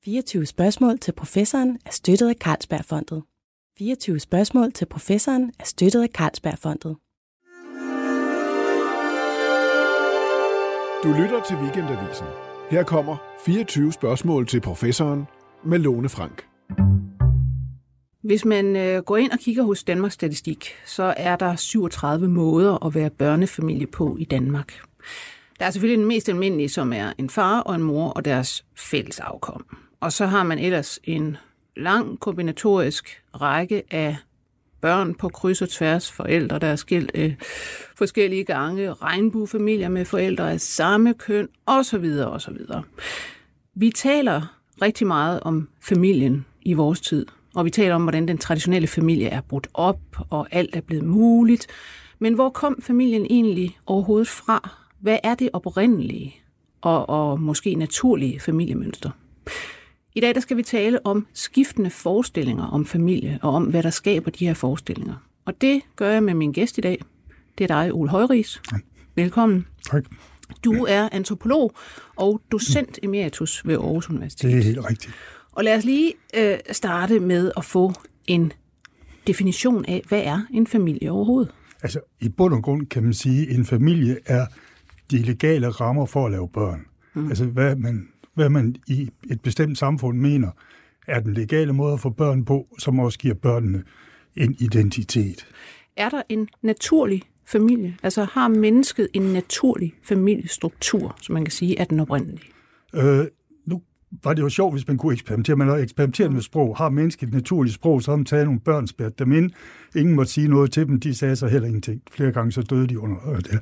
24 spørgsmål til professoren er støttet af Carlsbergfondet. 24 spørgsmål til professoren er støttet af Carlsbergfondet. Du lytter til Weekendavisen. Her kommer 24 spørgsmål til professoren med Lone Frank. Hvis man går ind og kigger hos Danmarks Statistik, så er der 37 måder at være børnefamilie på i Danmark. Der er selvfølgelig den mest almindelige, som er en far og en mor og deres fælles afkom. Og så har man ellers en lang kombinatorisk række af børn på kryds og tværs, forældre, der er skilt forskellige gange, regnbuefamilier med forældre af samme køn, osv. osv. Vi taler rigtig meget om familien i vores tid, og vi taler om, hvordan den traditionelle familie er brudt op, og alt er blevet muligt. Men hvor kom familien egentlig overhovedet fra? Hvad er det oprindelige og måske naturlige familiemønster? I dag der skal vi tale om skiftende forestillinger om familie, og om hvad der skaber de her forestillinger. Og det gør jeg med min gæst i dag. Det er dig, Ole Højris. Ja. Velkommen. Tak. Du er antropolog og docent emeritus ved Aarhus Universitet. Det er helt rigtigt. Og lad os lige starte med at få en definition af, hvad er en familie overhovedet? Altså, i bund og grund kan man sige, at en familie er de legale rammer for at lave børn. Altså, hvad man i et bestemt samfund mener, er den legale måde at få børn på, som også giver børnene en identitet. Er der en naturlig familie? Altså, har mennesket en naturlig familiestruktur, som man kan sige, er den oprindelige? Nu var det jo sjovt, hvis man kunne eksperimentere. Man har eksperimenteret med sprog. Har mennesket et naturligt sprog, så har man taget nogle børn, spærret dem ind. Ingen måtte sige noget til dem. De sagde så heller ingenting. Flere gange så døde de under det.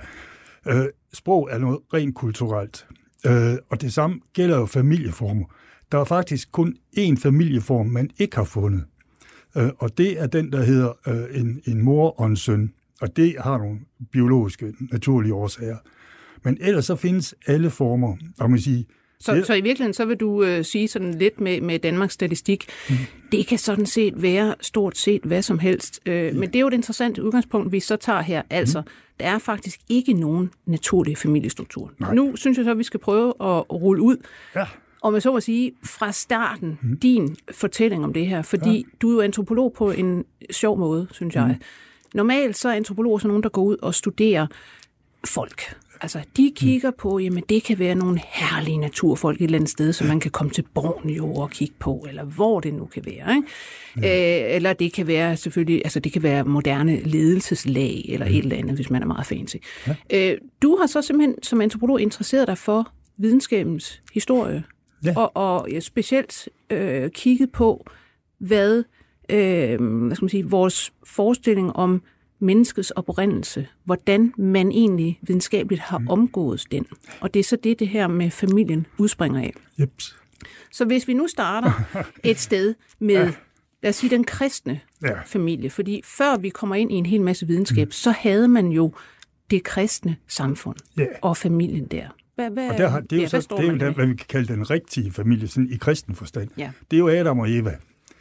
Sprog er noget rent kulturelt. Og det samme gælder jo familieformer. Der er faktisk kun én familieform, man ikke har fundet. Og det er den, der hedder en mor og en søn. Og det har nogle biologiske, naturlige årsager. Men ellers så findes alle former, og man siger. Så i virkeligheden, så vil du sige sådan lidt med Danmarks Statistik, det kan sådan set være stort set hvad som helst. Men det er jo et interessant udgangspunkt, vi så tager her. Altså, der er faktisk ikke nogen naturlig familiestruktur. Nej. Nu synes jeg så, at vi skal prøve at rulle ud. Ja. Og med så at sige, fra starten, din fortælling om det her, fordi du er jo antropolog på en sjov måde, synes jeg. Normalt så er antropologer sådan nogen, der går ud og studerer folk. Altså, de kigger på, jamen det kan være nogle herlige naturfolk et eller andet sted, som man kan komme til Borneo og kigge på, eller hvor det nu kan være, ikke? Ja. Eller det kan være selvfølgelig, altså det kan være moderne ledelseslag, eller et eller andet, hvis man er meget fancy. Ja. Du har så simpelthen som antropolog interesseret dig for videnskabens historie, og specielt kigget på, hvad skal man sige, vores forestilling om menneskets oprindelse, hvordan man egentlig videnskabeligt har omgået den. Og det er så det her med familien udspringer af. Jeps. Så hvis vi nu starter et sted med, lad os sige, den kristne familie, fordi før vi kommer ind i en hel masse videnskab, så havde man jo det kristne samfund og familien der. Og det er jo så hvad vi kan kalde den rigtige familie, sådan i kristen forstand. Ja. Det er jo Adam og Eva.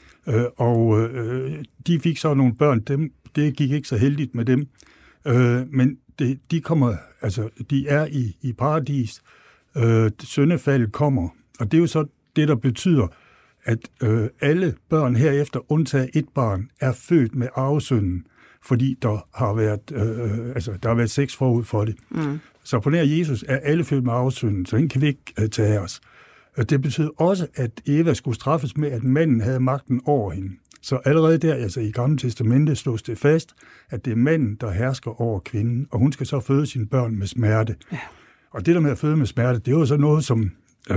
De fik så nogle børn, det gik ikke så heldigt med dem, men de er i paradis, syndefaldet kommer, og det er jo så det, der betyder, at alle børn herefter, undtaget et barn, er født med arvesynden, fordi der har været sex forud for det. Så på nær Jesus er alle født med arvesynden, så den kan vi ikke tage os. Det betyder også, at Eva skulle straffes med, at manden havde magten over hende. Så allerede der, altså i Gamle Testamente, slås det fast, at det er manden, der hersker over kvinden, og hun skal så føde sine børn med smerte. Ja. Og det der med at føde med smerte, det er jo så noget, som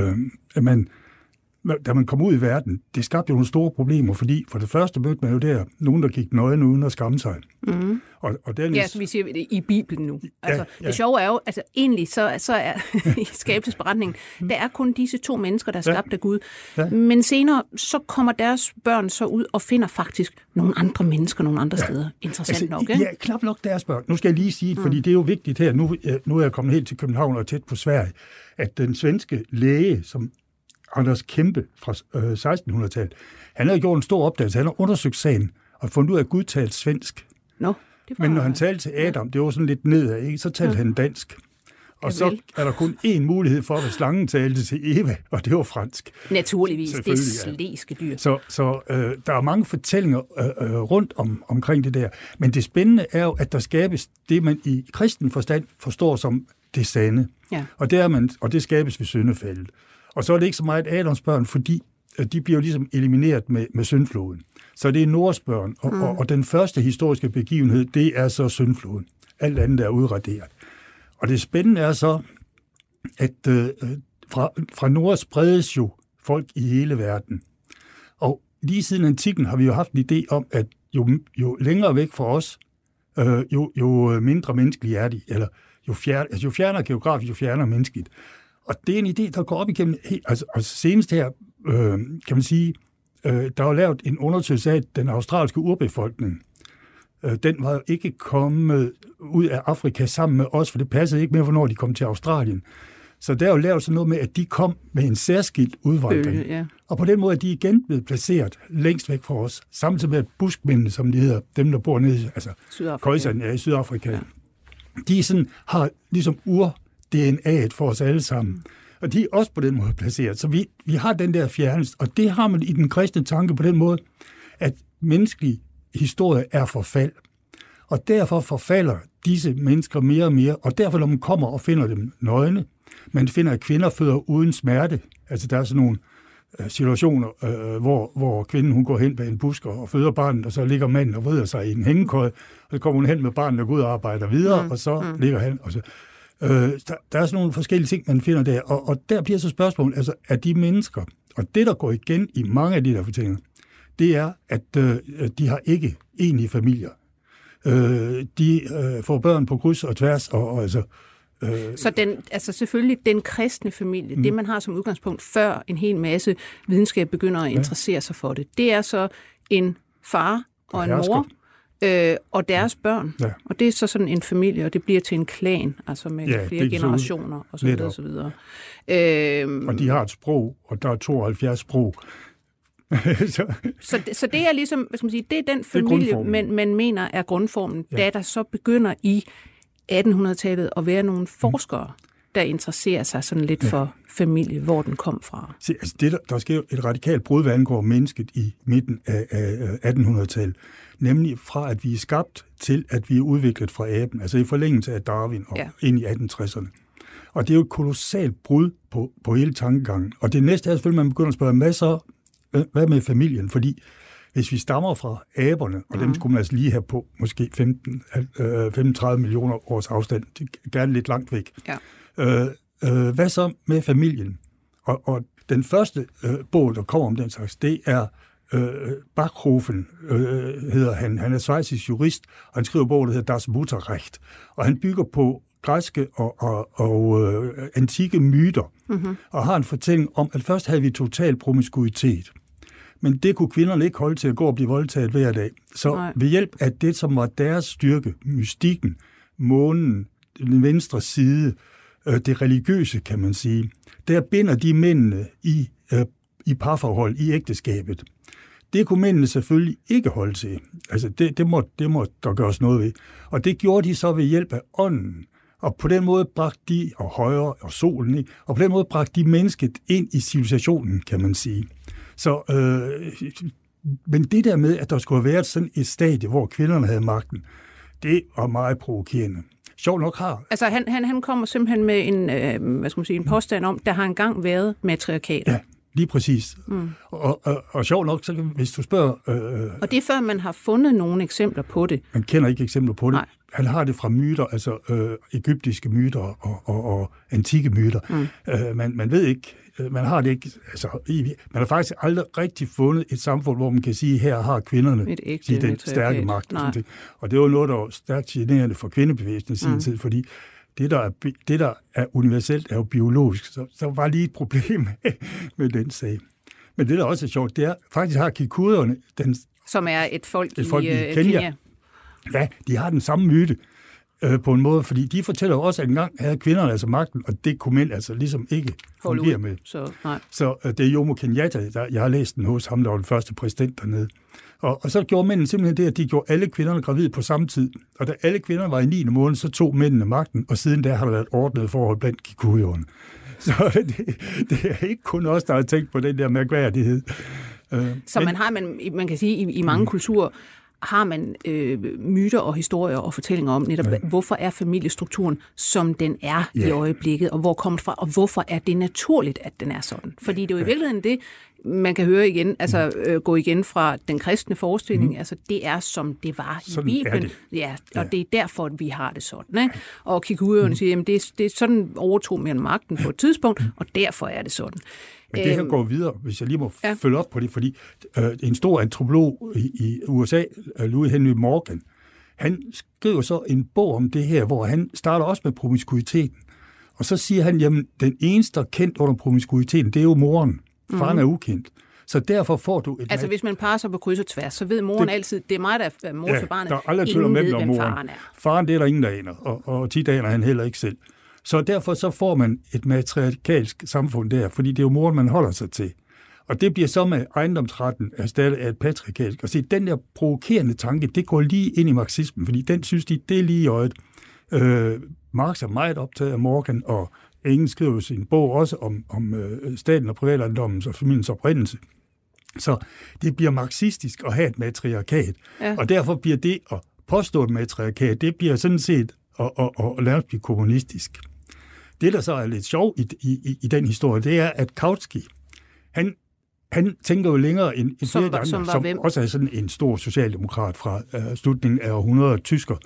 da man kom ud i verden, det skabte jo nogle store problemer, fordi for det første mødte man jo der nogen, der gik nøgen uden at skamme sig. Og som vi siger i Bibelen nu. Altså, det sjove er jo, altså egentlig så er i skabelsesberetningen, der er kun disse to mennesker, der er skabt af Gud. Ja. Men senere, så kommer deres børn så ud og finder faktisk nogle andre mennesker, nogle andre steder. Interessant nok, ikke? Ja, knap nok deres børn. Nu skal jeg lige sige, fordi det er jo vigtigt her, nu er jeg kommet helt til København og tæt på Sverige, at den svenske læge, som Anders Kæmpe fra 1600-tallet, han har gjort en stor opdagelse. Han har undersøgt sagen og fundet ud af, at Gud talte svensk. Men når han talte til Adam, det var sådan lidt nedad, ikke? Så talte han dansk. Og så er der kun én mulighed for, at slangen talte til Eva, og det var fransk. Naturligvis, det slæske dyr. Så der er mange fortællinger rundt omkring det der. Men det spændende er jo, at der skabes det, man i kristen forstand forstår som det sande. Ja. Og det skabes ved syndefaldet. Og så er det ikke så meget Adams børn, fordi de bliver jo ligesom elimineret med syndfloden. Så det er Noahs børn, og den første historiske begivenhed, det er så syndfloden. Alt andet er udraderet. Og det spændende er så, at fra Noah spredes jo folk i hele verden. Og lige siden antikken har vi jo haft en idé om, at jo længere væk fra os, jo mindre menneskelige er de, eller jo fjernere geografisk, jo fjernere menneskeligt. Og det er en idé, der går op igennem, og senest her, kan man sige, der var lavet en undersøgelse af den australske urbefolkning. Den var jo ikke kommet ud af Afrika sammen med os, for det passede ikke med, hvornår de kom til Australien. Så der er jo lavet sådan noget med, at de kom med en særskilt udvandring. Ja. Og på den måde er de igen blevet placeret længst væk fra os, samtidig med at buskmændene, som de hedder, dem der bor nede, altså Khoisan, i Sydafrika, ja. De sådan, har ligesom ur-DNA'et for os alle sammen. Og de er også på den måde placeret. Så vi har den der fjernelse, og det har man i den kristne tanke på den måde, at menneskelig historie er forfald. Og derfor forfalder disse mennesker mere og mere, og derfor når man kommer og finder dem nøgne, man finder, at kvinder føder uden smerte. Altså der er sådan nogle situationer, hvor kvinden hun går hen bag en busk og føder barnet, og så ligger manden og vrider sig i en hængekøje, og så kommer hun hen med barnet og går ud og arbejder videre, og så ligger han. Og så. Der er sådan nogle forskellige ting, man finder der, og der bliver så spørgsmålet, altså er de mennesker, og det der går igen i mange af de der fortællinger, det er, at de har ikke enige familier. De får børn på kryds og tværs, og altså... Så selvfølgelig den kristne familie, det man har som udgangspunkt, før en hel masse videnskab begynder at interessere sig for det, det er så en far og en mor, og deres børn. Ja. Og det er så sådan en familie, og det bliver til en klan, altså med flere generationer og så videre, og så videre. Og de har et sprog, og der er 72 sprog. så det er ligesom, hvad skal man sige, det er den familie, man mener er grundformen, da der så begynder i 1800-tallet at være nogle forskere, der interesserer sig sådan lidt for familie, hvor den kom fra. Se, altså der sker et radikalt brud, hvad angår mennesket i midten af 1800-tallet. Nemlig fra, at vi er skabt til, at vi er udviklet fra aben. Altså i forlængelse af Darwin og ind i 1860'erne. Og det er jo et kolossalt brud på hele tankegangen. Og det næste er selvfølgelig, man begynder at spørge, hvad med familien? Fordi hvis vi stammer fra aberne, og dem skulle man altså lige have på måske 35 millioner års afstand, gerne lidt langt væk. Ja. Hvad så med familien? Og den første bog, der kommer om den slags, det er Backhofen, hedder han. Han er schweizisk jurist, og han skriver bog, der hedder Das Mutterrecht. Og han bygger på græske og antikke myter, og har en fortælling om, at først havde vi total promiskuitet. Men det kunne kvinderne ikke holde til at gå og blive voldtaget hver dag. Så ved hjælp af det, som var deres styrke, mystikken, månen, den venstre side, det religiøse, kan man sige, der binder de mændene i parforhold, i ægteskabet. Det kunne mændene selvfølgelig ikke holde til. Altså det må der gøres noget ved. Og det gjorde de så ved hjælp af ånden. Og på den måde bragte de, og højre og solen, ikke? Og på den måde bragte de mennesket ind i civilisationen, kan man sige. Så, men det der med, at der skulle have været sådan et stadie, hvor kvinderne havde magten, det var meget provokerende. Sjovt nok har... Altså han kommer simpelthen med en påstand om, der har engang været matriarkater. Ja, lige præcis. Og sjovt nok, så hvis du spørger... og det er før, man har fundet nogle eksempler på det. Man kender ikke eksempler på det. Nej. Han har det fra myter, altså egyptiske myter og antikke myter. Man ved ikke... Man har det ikke, altså, man har faktisk aldrig rigtig fundet et samfund, hvor man kan sige, her har kvinderne den stærke magt. Og det var noget, der var stærkt generende for kvindebevægelsen i sin tid, fordi det, der er universelt, er jo biologisk. Så var lige et problem med den sag. Men det, der også er sjovt, det er, faktisk har kikuderne... Som er et folk i Kenya. Ja, de har den samme myte. På en måde, fordi de fortæller også, at engang havde kvinderne altså magten, og det kunne mænd altså ligesom ikke fungere med. Så det er Jomo Kenyatta, jeg har læst den hos ham, der var den første præsident dernede. Og så gjorde mændene simpelthen det, at de gjorde alle kvinderne gravide på samme tid. Og da alle kvinderne var i 9. måned, så tog mændene magten, og siden der har der været ordnet forhold blandt kikujerne. Så det er ikke kun os, der har tænkt på den der mærkværdighed. Så man kan sige, i mange kulturer har man myter og historier og fortællinger om netop, hvorfor er familiestrukturen, som den er i øjeblikket, og hvor kommer det fra, og hvorfor er det naturligt, at den er sådan. Fordi det er jo i virkeligheden det, man kan høre igen, altså gå igen fra den kristne forestilling, altså det er, som det var i sådan Bibelen. Ja, og det er derfor, at vi har det sådan. Ikke? Og kikujerne siger, at det er sådan overtog mere magten på et tidspunkt, og derfor er det sådan. Men det her går videre, hvis jeg lige må følge op på det, fordi en stor antropolog i USA, Louis Henry Morgan, han skriver så en bog om det her, hvor han starter også med promiskuiteten. Og så siger han, jamen, den eneste, der er kendt under promiskuiteten, det er jo moren. Faren er ukendt. Så derfor får du et... Altså, hvis man parer sig på kryds og tværs, så ved moren altid, det er mig, der er mor til barnet. Der er aldrig tvivl om, hvem moren. Faren er. Faren, det er der ingen, der aner, og tit aner han heller ikke selv. Så derfor så får man et matriarkalsk samfund der, fordi det er jo moren, man holder sig til. Og det bliver så med ejendomsretten erstattet af et patriarkalsk. Og se, den der provokerende tanke, det går lige ind i marxismen, fordi den synes de, det er lige i øjet. Marx er meget optaget af Morgan, og Engels skriver sin bog også om staten og privatejendommens og familiens oprindelse. Så det bliver marxistisk at have et matriarkat. Ja. Og derfor bliver det at påstå et matriarkat, det bliver sådan set at lade os blive kommunistisk. Det, der så er lidt sjovt i den historie, det er, at Kautsky, han tænker jo længere end flere andre, som også er sådan en stor socialdemokrat fra slutningen af århundredet, tysker,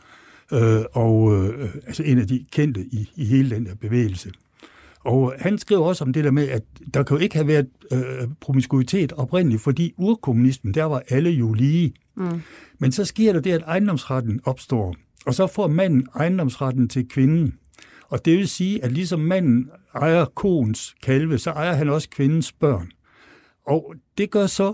altså en af de kendte i hele den der bevægelse. Og han skrev også om det der med, at der kan jo ikke have været promiskuitet oprindeligt, fordi urkommunismen, der var alle jo lige. Men så sker der det, at ejendomsretten opstår, og så får manden ejendomsretten til kvinden. Og det vil sige, at ligesom manden ejer koens kalve, så ejer han også kvindens børn. Og det gør så,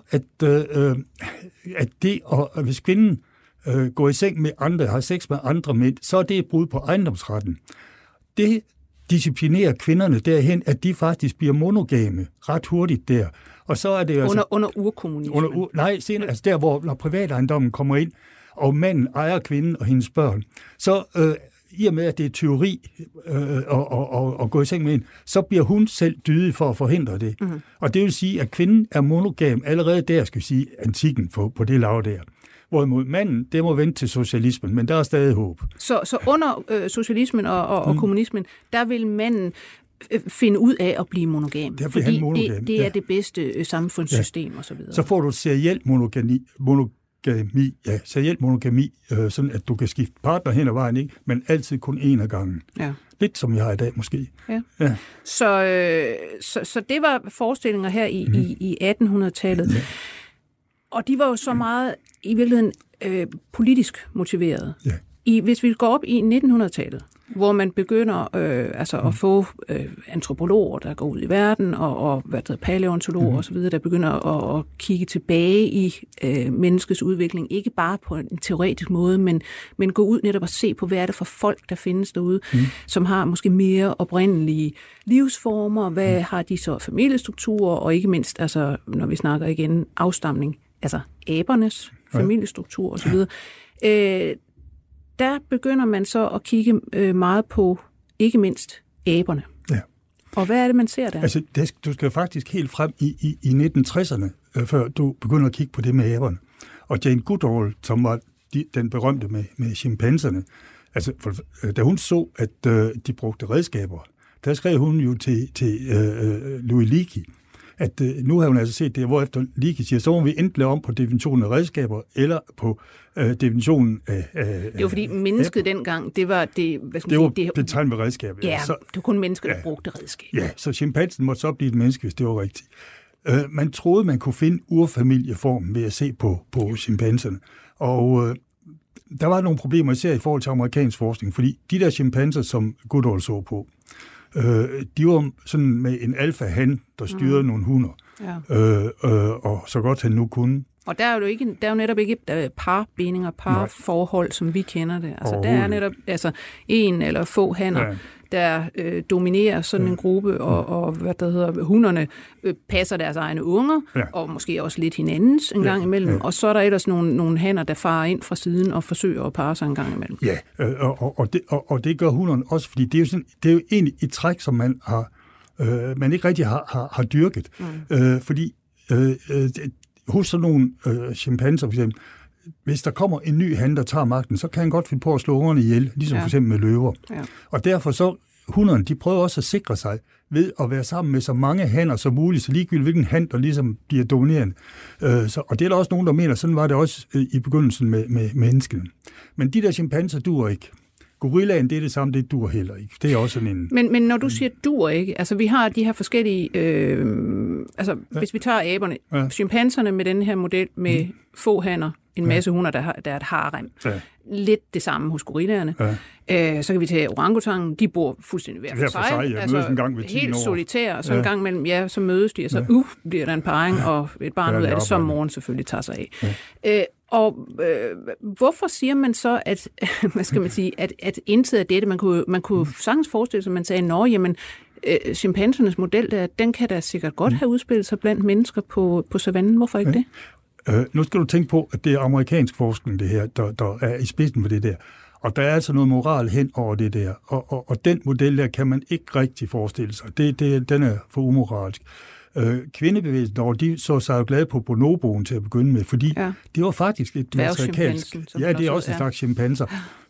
at hvis kvinden går i seng med andre, har sex med andre mænd, så er det et brud på ejendomsretten. Det disciplinerer kvinderne derhen, at de faktisk bliver monogame ret hurtigt der. Og så er det altså... Under urkommunismen. Nej, senere, altså der, hvor når privatejendommen kommer ind, og manden ejer kvinden og hendes børn, så i og med, at det er teori at gå i seng med en, så bliver hun selv dydig for at forhindre det. Mm-hmm. Og det vil sige, at kvinden er monogam allerede der, skal vi sige, antikken på det lav der. Hvorimod manden, det må vente til socialismen, men der er stadig håb. Så under socialismen og kommunismen, der vil manden finde ud af at blive monogam. Fordi det er det bedste samfundssystem og så videre. Så får du seriel monogami, sådan at du kan skifte partner hen ad vejen, ikke? Men altid kun én af gangen. Ja. Lidt som jeg har i dag, måske. Ja. Så det var forestillinger her i 1800-tallet. Ja. Og de var jo så meget i virkeligheden politisk motiveret. Ja. Hvis vi går op i 1900-tallet, hvor man begynder at få antropologer, der går ud i verden, og palæontologer osv., der begynder at kigge tilbage i menneskets udvikling, ikke bare på en teoretisk måde, men gå ud netop og se på, hvad er det for folk, der findes derude, som har måske mere oprindelige livsformer, hvad har de så familiestrukturer, og ikke mindst, altså, når vi snakker igen afstamning, altså abernes familiestruktur osv., der begynder man så at kigge meget på, ikke mindst aberne. Ja. Og hvad er det, man ser der? Altså, du skal faktisk helt frem i 1960'erne, før du begynder at kigge på det med aberne. Og Jane Goodall, som var den berømte med chimpanserne, altså, da hun så, at de brugte redskaber, der skrev hun jo til Louis Leakey, at nu har hun altså set det, hvorefter Leakey siger, så må vi enten lave om på definitionen af redskaber, eller på definitionen af... Det var fordi mennesket dengang, det var... Det var betegnet med redskaber. Ja, så, det var kun mennesker, der brugte redskaber. Ja, så chimpansen måtte så blive et menneske, hvis det var rigtigt. Man troede, man kunne finde urfamilieformen ved at se på chimpanserne. Og der var nogle problemer, især i forhold til amerikansk forskning, fordi de der chimpanser, som Goodall så på, de var sådan med en alfa-han, der styrede nogle hunder, og så godt han nu kunne. Og der er jo netop ikke parbindinger, parforhold, som vi kender det. Altså, der er netop en eller få hanner, der dominerer sådan en gruppe, og hunderne passer deres egne unger, og måske også lidt hinandens en gang imellem. Og så er der ellers nogle hanner, der farer ind fra siden og forsøger at parre sig en gang imellem. Ja, og det gør hunderne også, fordi det er jo egentlig et træk, som man ikke rigtig har dyrket. Fordi hos sådan nogle chimpanser, for eksempel, hvis der kommer en ny han, der tager magten, så kan han godt finde på at slå ungerne ihjel, ligesom for eksempel med løver. Ja. Og derfor så, hunderne, de prøver også at sikre sig ved at være sammen med så mange hanner som muligt, så ligegyldigt hvilken han, der ligesom bliver dominerende. Og det er der også nogen, der mener, sådan var det også i begyndelsen med menneskene. Men de der chimpanser duer ikke. Gorillaen, det er det samme, det duer heller ikke. Det er også sådan en... Men når du siger duer ikke, altså vi har de her forskellige... hvis vi tager aberne, chimpanserne med den her model med få hanner, en masse hunder, der er et harem. Ja. Lidt det samme hos gorillaerne. Ja. Så kan vi tage orangutangen, de bor fuldstændig hver for sig. Altså en gang helt solitære, og så en gang mellem, så mødes de, og så bliver der en parring, og et barn ud af det, som moren selvfølgelig tager sig af. Ja. Hvorfor siger man så, at hvad skal man sige, at intet af dette, man kunne sagtens forestille sig, at man sagde, chimpansernes model, den kan da sikkert godt have udspillet sig blandt mennesker på savannen. Hvorfor ikke det? Nu skal du tænke på, at det er amerikansk forskning, det her, der er i spidsen for det der. Og der er altså noget moral hen over det der. Og den model der kan man ikke rigtig forestille sig. Den er for umoralsk. Kvindebevægelsen, de så sig jo glade på bonoboen til at begynde med, fordi det var faktisk et matriarkalsk... Ja, det er også en slags chimpanser.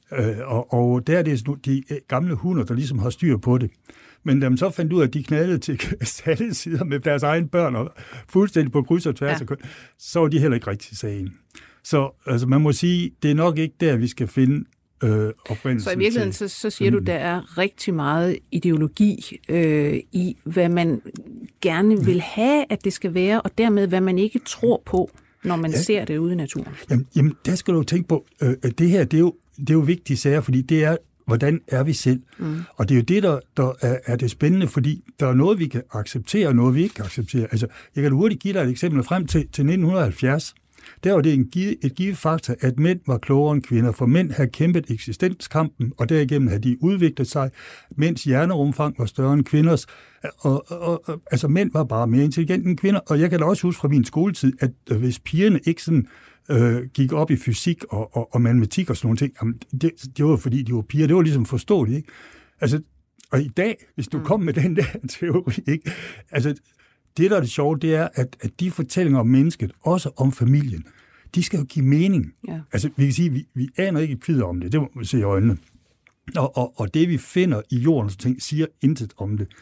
Og der er det de gamle hunder, der ligesom har styr på det. Men da man så fandt ud af, at de knaldede til alle sider med deres egne børn, og fuldstændig på kryds og tværs, så var de heller ikke rigtig sagen. Så altså, man må sige, det er nok ikke der, vi skal finde oprindelsen. Så i virkeligheden, så siger du, der er rigtig meget ideologi i, hvad man gerne vil have, at det skal være, og dermed, hvad man ikke tror på, når man ser det ude i naturen. Jamen, der skal du tænke på, det her, det er jo vigtige sager, fordi det er, hvordan er vi selv? Og det er jo det, der er det spændende, fordi der er noget, vi kan acceptere, og noget, vi ikke kan acceptere. Altså, jeg kan hurtigt give dig et eksempel frem til 1970. Der var det et givet fakta, at mænd var klogere end kvinder, for mænd havde kæmpet eksistenskampen, og derigennem havde de udviklet sig, mens hjernerumfang var større end kvinders. Altså, mænd var bare mere intelligente end kvinder, og jeg kan da også huske fra min skoletid, at hvis pigerne ikke sådan gik op i fysik og matematik og sådan nogle ting, jamen, det var fordi, de var piger. Det var ligesom forståeligt, ikke? Altså, og i dag, hvis du kom med den der teori, ikke? Altså, det, der er det sjove, det er, at de fortællinger om mennesket, også om familien, de skal jo give mening. Ja. Altså, vi kan sige, vi aner ikke et kvid om det. Det må vi se i øjnene. Og det, vi finder i jordens ting, siger intet om det.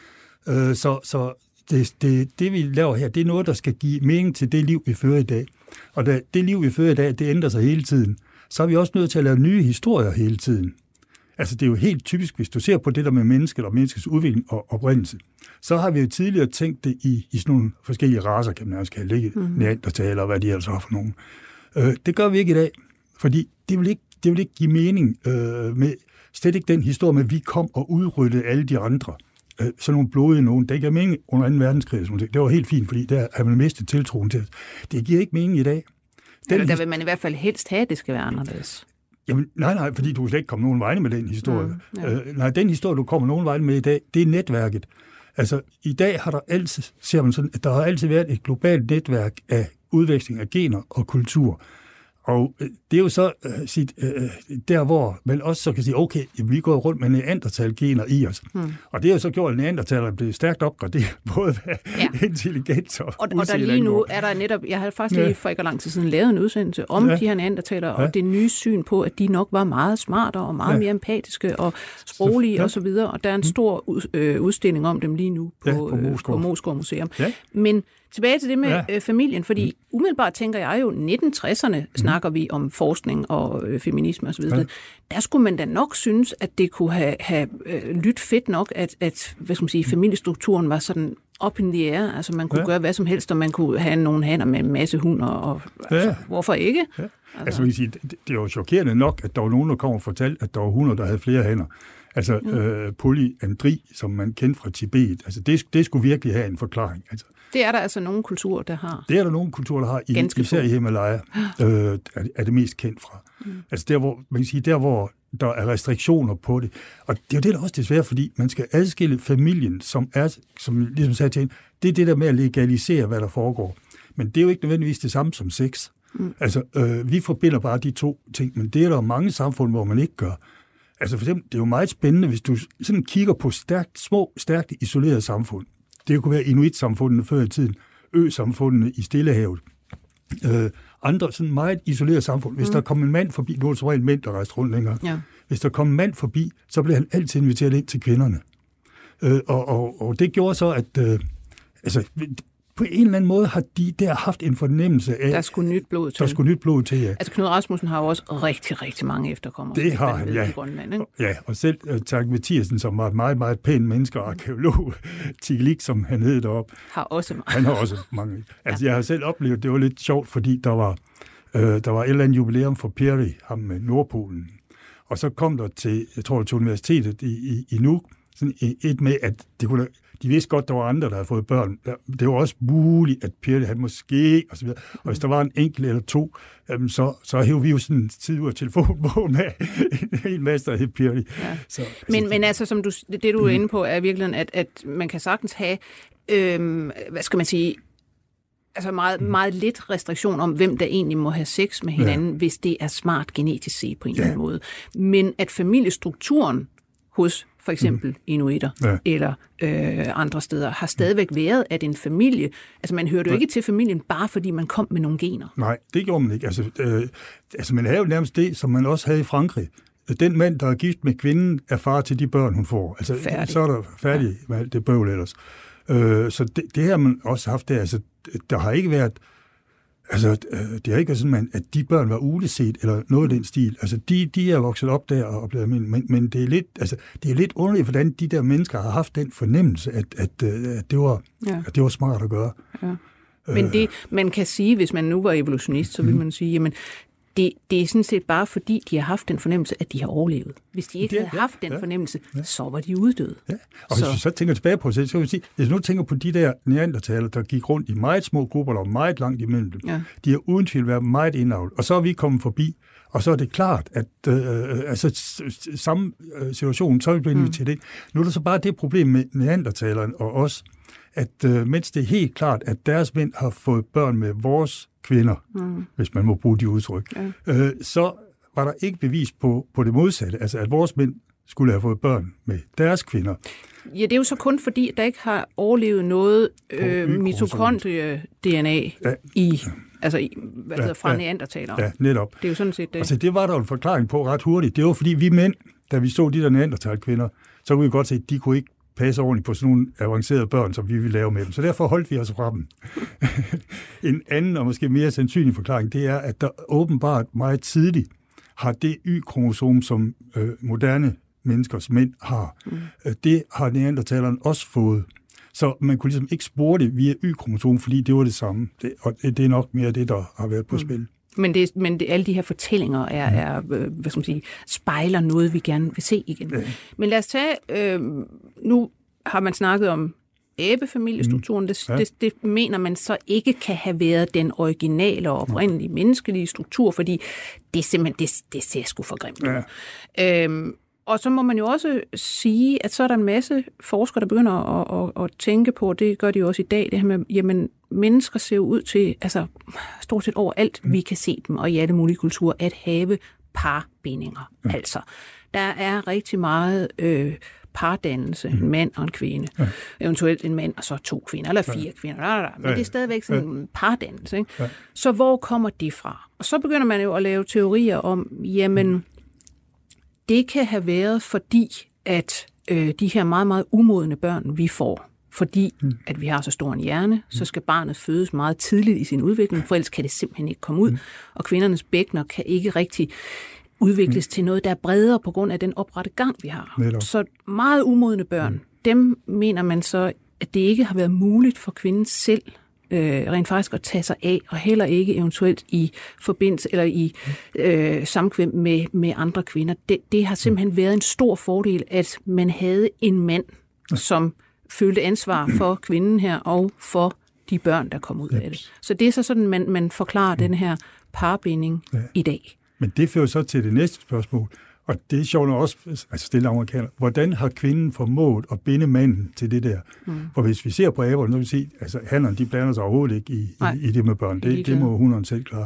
Så det, vi laver her, det er noget, der skal give mening til det liv, vi fører i dag. Og da det liv, vi fører i dag, det ændrer sig hele tiden, så er vi også nødt til at lave nye historier hele tiden. Altså, det er jo helt typisk, hvis du ser på det der med mennesket og menneskets udvikling og oprindelse, så har vi jo tidligere tænkt det i sådan nogle forskellige racer, kan man også kalde det, neandertaler og hvad de altså har for nogen. Det gør vi ikke i dag, fordi det vil ikke give mening med slet ikke den historie med, at vi kom og udryddede alle de andre. Sådan nogle blodige nogen. Det giver mening under 2. verdenskrig. Det var helt fint, fordi der har man mistet tiltroen til. Det giver ikke mening i dag. Der vil man i hvert fald helst have, at det skal være anderledes. Jamen, nej, fordi du slet ikke kommer nogen vegne med den historie. Nej, den historie, du kommer nogen vegne med i dag, det er netværket. Altså, i dag har der altid, ser man sådan, at der har altid været et globalt netværk af udveksling af gener og kultur. Og det er jo så der, hvor man også så kan sige, okay, vi går rundt med neandertal-gener i os. Og det har jo så gjort, at neandertaler er blevet stærkt opgraderet, både intelligens og der lige nu er der netop, jeg har faktisk lige for ikke lang tid siden lavet en udsendelse om de her neandertalere, og det nye syn på, at de nok var meget smartere og meget mere empatiske og sproglige osv., og der er en stor udstilling om dem lige nu på Moskov Museum. Ja. Men tilbage til det med familien, fordi umiddelbart tænker jeg jo, 1960'erne snakker vi om forskning og feminisme osv. Der skulle man da nok synes, at det kunne have lyttet fedt nok, at hvad skal man sige, familiestrukturen var sådan up in the air. Altså man kunne gøre hvad som helst, og man kunne have nogle hanner med en masse hunder, og altså, hvorfor ikke? Ja. Altså, det er jo chokerende nok, at der var nogen, der kom og fortalte, at der var hunder, der havde flere hanner. Altså polyandri, som man kendte fra Tibet. Altså det skulle virkelig have en forklaring. Altså, det er der altså nogle kulturer, der har. Det er der nogle kulturer, der har, især i Himalaya, er det mest kendt fra. Altså der, hvor man kan sige, der hvor der er restriktioner på det. Og det er jo det, der også er svært, fordi man skal adskille familien, som ligesom sagde til hende, det er det der med at legalisere, hvad der foregår. Men det er jo ikke nødvendigvis det samme som sex. Altså, vi forbinder bare de to ting, men det er der mange samfund, hvor man ikke gør. Altså for eksempel, det er jo meget spændende, hvis du sådan kigger på stærkt isolerede samfund. Det kunne være inuitsamfundene før i tiden, øsamfundene i Stillehavet. Andre sådan meget isolerede samfund. Hvis der kom en mand forbi, nu er det så en mænd, der rejste rundt længere. Ja. Hvis der kom en mand forbi, så blev han altid inviteret ind til kvinderne. Og det gjorde så, at på en eller anden måde har de der haft en fornemmelse af... Der skulle nyt blod til. Der skulle nyt blod til, ja. Altså Knud Rasmussen har jo også rigtig, rigtig mange efterkommere. Det har han, ja. I Grønland, ikke? Ja, og selv Tak Mathiasen, som var et meget, meget pænt menneske og arkeolog, Tigelik, som han hed deroppe. Har også mange. Han har også mange. Altså jeg har selv oplevet, det var lidt sjovt, fordi der var et eller andet jubilæum for Peary, ham med Nordpolen. Og så kom der til, jeg tror, til universitetet i Nuuk, sådan et med, at det kunne... De vidste godt, der var andre, der havde fået børn. Det var også muligt, at Peary han måske, og så videre. Og hvis der var en enkelt eller to, så hævde vi jo sådan en tid ud af telefonbogen med en hel masse, der hed Peary. Ja. Men altså, som det du er inde på, er virkelig, at man kan sagtens have, hvad skal man sige, altså meget, meget lidt restriktion om, hvem der egentlig må have sex med hinanden, hvis det er smart genetisk set på en eller anden måde. Men at familiestrukturen hos for eksempel inuitter eller andre steder, har stadigvæk været, at en familie, altså man hørte jo ikke til familien, bare fordi man kom med nogle gener. Nej, det gjorde man ikke. Altså man havde jo nærmest det, som man også havde i Frankrig. Den mand, der er gift med kvinden, er far til de børn, hun får. Altså så er der færdig med alt det bøvl ellers. Så det har man også haft der. Altså der har ikke været... Altså, det er ikke sådan, at de børn var uleset, eller noget af den stil. Altså, de er vokset op der og blevet almindelige. Men det er lidt, det er lidt underligt, hvordan de der mennesker har haft den fornemmelse, at det var smart at gøre. Ja. Men det, man kan sige, hvis man nu var evolutionist, så vil man sige, jamen, det er sådan set bare fordi, de har haft den fornemmelse, at de har overlevet. Hvis de ikke havde haft den fornemmelse, så var de uddøde. Ja. Og hvis vi så tænker tilbage på det, så kan vi sige, hvis nu tænker på de der neandertalere, der gik rundt i meget små grupper, der var meget langt imellem dem, de har uden tvivl været meget indavlet. Og så er vi kommet forbi, og så er det klart, at samme situation, så er vi blevet inviteret til det. Nu er der så bare det problem med neandertaleren og os, at mens det er helt klart, at deres mænd har fået børn med vores kvinder, hvis man må bruge de udtryk, så var der ikke bevis på det modsatte, altså at vores mænd skulle have fået børn med deres kvinder. Ja, det er jo så kun fordi, der ikke har overlevet noget mitokondrie-DNA fra neandertalere. Ja, netop. Det er jo sådan set det. Altså det var der en forklaring på ret hurtigt. Det var fordi vi mænd, da vi så de der neandertalkvinder, så kunne vi godt se, at de kunne ikke passe ordentligt på sådan nogle avancerede børn, som vi ville lave med dem. Så derfor holdt vi os fra dem. En anden og måske mere sandsynlig forklaring, det er, at der åbenbart meget tidligt har det Y-kromosom, som moderne menneskers mænd har. Det har neandertaleren også fået. Så man kunne ligesom ikke spore det via Y-kromosom, fordi det var det samme. Og det er nok mere det, der har været på spil. Men alle de her fortællinger er hvad skal man sige, spejler noget, vi gerne vil se igen. Ja. Men lad os tage, nu har man snakket om abefamiliestrukturen. Det mener man så ikke kan have været den originale og oprindelige menneskelige struktur, fordi det er simpelthen, det ser sgu for grimt ud. Ja. Og så må man jo også sige, at så er der en masse forskere, der begynder at tænke på, det gør de jo også i dag, det her med, jamen, mennesker ser ud til, altså stort set overalt, vi kan se dem, og i alle mulige kulturer, at have parbindinger. Ja. Altså, der er rigtig meget pardannelse, en mand og en kvinde. Ja. Eventuelt en mand og så 2 kvinder, eller 4 kvinder. Men det er stadigvæk sådan en pardannelse. Ikke? Ja. Så hvor kommer det fra? Og så begynder man jo at lave teorier om, jamen, det kan have været fordi, at de her meget, meget umodne børn, vi får, fordi at vi har så stor en hjerne, så skal barnet fødes meget tidligt i sin udvikling, for ellers kan det simpelthen ikke komme ud, og kvindernes bækkener kan ikke rigtig udvikles til noget, der er bredere på grund af den oprette gang, vi har. Netop. Så meget umodne børn, dem mener man så, at det ikke har været muligt for kvinden selv rent faktisk at tage sig af, og heller ikke eventuelt i forbindelse eller i samkvem med andre kvinder. Det har simpelthen været en stor fordel, at man havde en mand, som følte ansvar for kvinden her, og for de børn, der kom ud af det. Så det er så sådan, man forklarer den her parbinding i dag. Men det fører så til det næste spørgsmål, og det er sjovt også, altså stille amerikaner, hvordan har kvinden formået at binde manden til det der? For hvis vi ser på aberne, så vil vi se, altså hannerne, de blander sig overhovedet ikke i det med børn. Det må hunderne selv klare.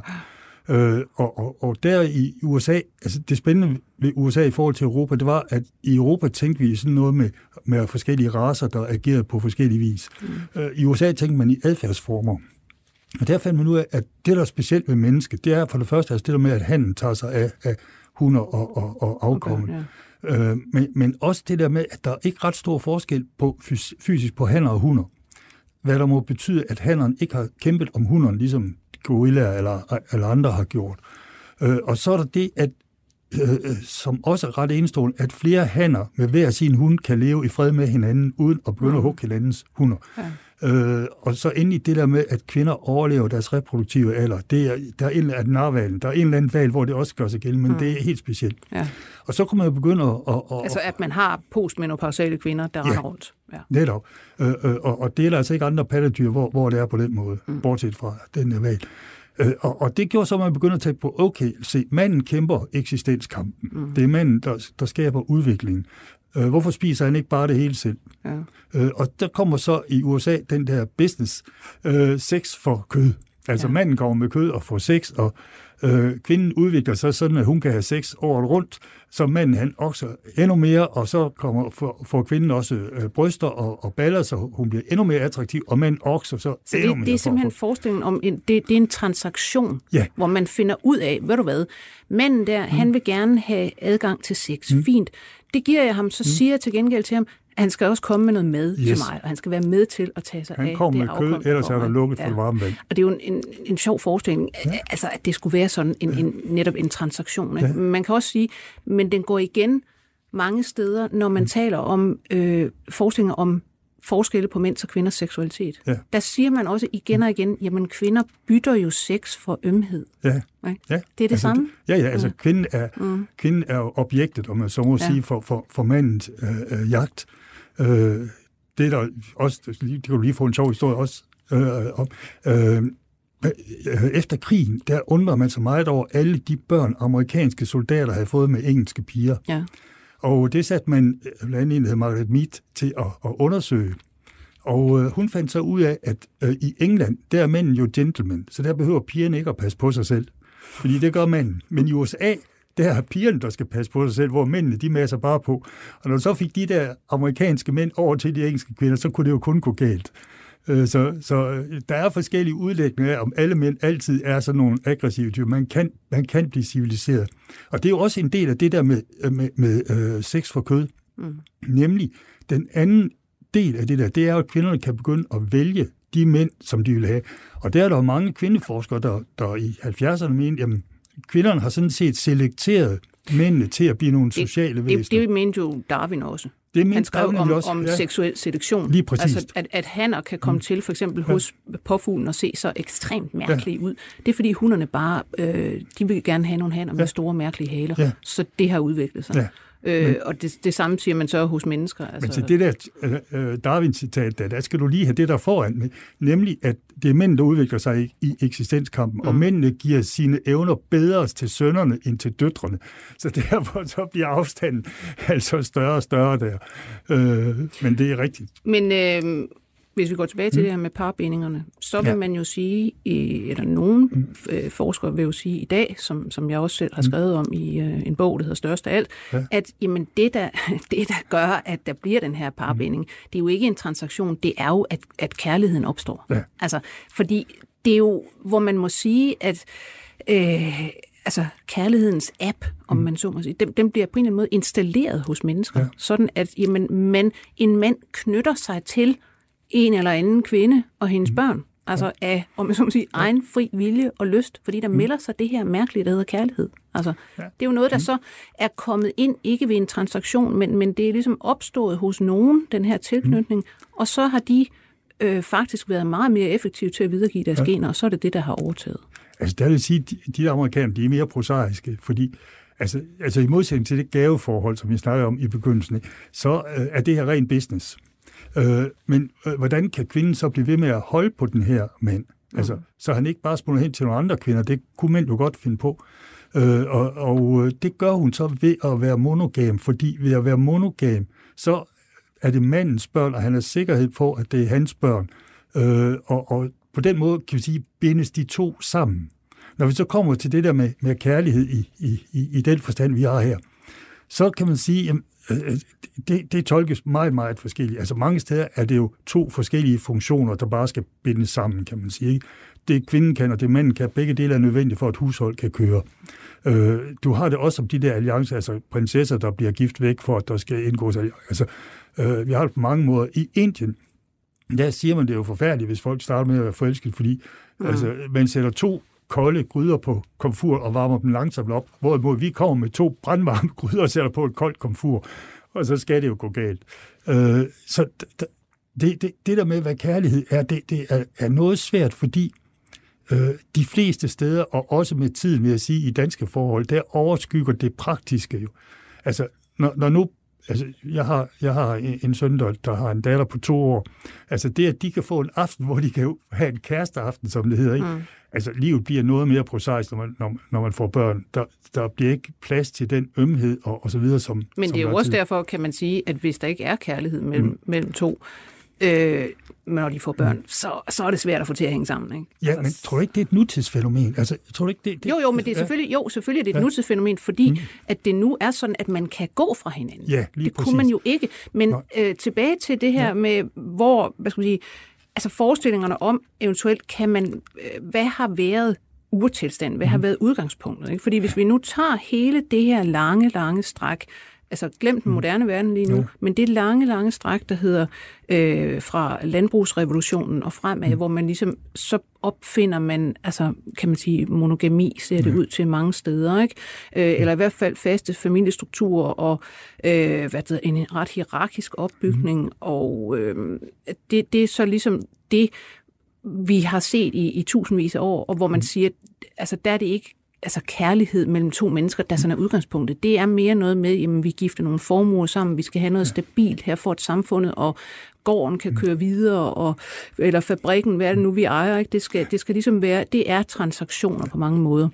Og der i USA, altså det spændende ved USA i forhold til Europa, det var, at i Europa tænkte vi sådan noget med forskellige racer, der agerede på forskellige vis. I USA tænkte man i adfærdsformer. Og der fandt man ud af, at det, der er specielt ved mennesket, det er for det første, altså det der med, at hannen tager sig af hunder og afkommen. Okay, ja. Men også det der med, at der er ikke ret stor forskel på fysisk på hanner og hunder. Hvad der må betyde, at hannerne ikke har kæmpet om hunderne, ligesom gorillaer eller andre har gjort. Og så er der det, at som også er ret enestående, at flere hanner med hver sin hund kan leve i fred med hinanden, uden at begynde at hugge hinandens hunder. Ja. Og så endelig det der med, at kvinder overlever deres reproduktive alder. Der er en af narvalen. Der er en eller anden valg, hvor det også gør sig gældende, men det er helt specielt. Ja. Og så kunne man jo begynde altså at man har postmenopausale kvinder, der render rundt. Ja, netop. Og det er der altså ikke andre pattedyr, hvor det er på den måde, bortset fra den her valg. Og det gjorde så, at man begynder at tænke på, okay, se, manden kæmper eksistenskampen. Det er manden, der skaber udviklingen. Hvorfor spiser han ikke bare det hele selv? Ja. Og der kommer så i USA den der business, sex for kød. Altså manden kommer med kød og får sex, og kvinden udvikler sig sådan, at hun kan have sex året rundt, så manden han okser endnu mere, og så får kvinden også bryster og baller, så hun bliver endnu mere attraktiv, og manden okser så endnu mere. Det er simpelthen forestillingen om, det er en transaktion, hvor man finder ud af, ved du hvad, manden der, han vil gerne have adgang til sex. Fint. Det giver jeg ham, så siger jeg til gengæld til ham, han skal også komme med noget mad til mig, og han skal være med til at tage sig af det afkom. Han kommer med kød, ellers er der lukket for varme vand. Og det er jo en sjov forestilling, altså at det skulle være sådan netop en transaktion. Ikke? Man kan også sige, men den går igen mange steder, når man taler om forestillinger om forskelle på mænds og kvinders seksualitet. Ja. Der siger man også igen og igen, jamen kvinder bytter jo sex for ømhed. Ja. Ja. Det er det altså, samme. Altså kvinden er jo objektet, om man så må sige, for mandens jagt. Det er der også, det kan du lige få en sjov historie også om. Efter krigen, der undrer man sig meget over alle de børn, amerikanske soldater havde fået med engelske piger. Ja. Og det satte man blandt andet en, der hed Margaret Mead, til at undersøge. Og hun fandt så ud af, at i England, der er mænden jo gentlemen, så der behøver pigerne ikke at passe på sig selv. Fordi det gør manden. Men i USA, der er pigerne, der skal passe på sig selv, hvor mændene, de masser bare på. Og når så fik de der amerikanske mænd over til de engelske kvinder, så kunne det jo kun gå galt. Så der er forskellige udlægninger af, om alle mænd altid er sådan nogle aggressive typer. Man kan blive civiliseret. Og det er jo også en del af det der med sex for kød. Nemlig den anden del af det der, det er jo, at kvinderne kan begynde at vælge de mænd, som de vil have. Og der er der mange kvindeforskere, der i 70'erne mente, jamen, kvinderne har sådan set selekteret mændene til at blive nogle sociale væsener. Det mente jo Darwin også. Han skrev om seksuel selektion. Lige præcis. Altså, at hanner kan komme til, for eksempel hos påfuglen, og se så ekstremt mærkelige ud. Det er, fordi hunderne bare, de vil gerne have nogle hanner med store, mærkelige haler. Ja. Så det har udviklet sig. Ja. Og det samme siger man så hos mennesker. Altså. Men til det der Darwin-citat, der skal du lige have det der foran med, nemlig at det er mænd, der udvikler sig i eksistenskampen, og mændene giver sine evner bedre til sønnerne end til døtrene. Så derfor så bliver afstanden altså større og større der. Men det er rigtigt. Men hvis vi går tilbage til det her med parbindingerne, så vil man jo sige, eller nogen forskere vil jo sige i dag, som jeg også selv har skrevet om i en bog, der hedder Størst af alt, at jamen, det, der gør, at der bliver den her parbinding, det er jo ikke en transaktion, det er jo, at kærligheden opstår. Ja. Altså, fordi det er jo, hvor man må sige, at kærlighedens app, om man så må sige, den bliver på en eller anden måde installeret hos mennesker, sådan at jamen, en mand knytter sig til en eller anden kvinde og hendes børn, altså af, om man så må sige, egen fri vilje og lyst, fordi der melder sig det her mærkelige, der hedder kærlighed. Altså, det er jo noget, der så er kommet ind, ikke ved en transaktion, men det er ligesom opstået hos nogen, den her tilknytning, og så har de faktisk været meget mere effektive til at videregive deres gener, og så er det det, der har overtaget. Altså, der vil sige, at de amerikanere, de er mere prosaiske, fordi altså i modsætning til det gaveforhold, som vi snakker om i begyndelsen, så er det her ren business. Men hvordan kan kvinden så blive ved med at holde på den her mand? Altså, så han ikke bare spunder hen til nogle andre kvinder, det kunne mænd jo godt finde på. Og det gør hun så ved at være monogam, fordi ved at være monogam, så er det mandens børn, og han har sikkerhed for, at det er hans børn. Og på den måde, kan vi sige, bindes de to sammen. Når vi så kommer til det der med kærlighed i den forstand, vi har her, så kan man sige, at det tolkes meget, meget forskelligt. Altså mange steder er det jo to forskellige funktioner, der bare skal bindes sammen, kan man sige. Det kvinden kan, og det manden kan. Begge dele er nødvendige for, at hushold kan køre. Du har det også om de der alliancer, altså prinsesser, der bliver gift væk, for at der skal indgås. Altså, vi har det på mange måder. I Indien, der siger man, det er jo forfærdeligt, hvis folk starter med at være forelsket, fordi altså, man sætter 2 kolde gryder på komfur og varmer dem langsomt op, hvorimod vi kommer med 2 brandvarme gryder og sætter på et koldt komfur, og så skal det jo gå galt. Så det der med, hvad kærlighed er, det er noget svært, fordi de fleste steder, og også med tiden, vil jeg sige, i danske forhold, der overskygger det praktiske jo. Altså, når nu jeg har en søn, der har en datter på 2 år. Altså det, at de kan få en aften, hvor de kan have en kæresteaften, som det hedder, ikke? Altså livet bliver noget mere prosaisk, når man får børn. Der bliver ikke plads til den ømhed og så videre, som... Men det er jo også derfor, kan man sige, at hvis der ikke er kærlighed mellem to, når de får børn, så er det svært at få til at hænge sammen, ikke? Ja, men tror du ikke, det er et nutidsfænomen? Altså, tror du ikke, det... Jo, men det er selvfølgelig er det et nutidsfænomen, fordi at det nu er sådan, at man kan gå fra hinanden. Ja, lige det præcis. Kunne man jo ikke. Men tilbage til det her med, hvor, hvad skal man sige, altså forestillingerne om eventuelt, kan man, hvad har været urtilstand, hvad har været udgangspunktet, ikke? Fordi hvis vi nu tager hele det her lange stræk, altså glem den moderne verden lige nu, men det lange stræk, der hedder fra landbrugsrevolutionen og fremad, hvor man ligesom, så opfinder man, altså kan man sige, monogami, ser det ud til mange steder, ikke? Eller i hvert fald faste familiestrukturer og en ret hierarkisk opbygning, og det er så ligesom det, vi har set i tusindvis af år, og hvor man siger, altså der er det ikke altså kærlighed mellem 2 mennesker, der sådan er udgangspunktet. Det er mere noget med, jamen vi gifter nogle formuer sammen, vi skal have noget stabilt her for, at samfundet og gården kan køre videre, eller fabrikken, hvad er det nu, vi ejer, ikke? Det skal ligesom være, det er transaktioner på mange måder.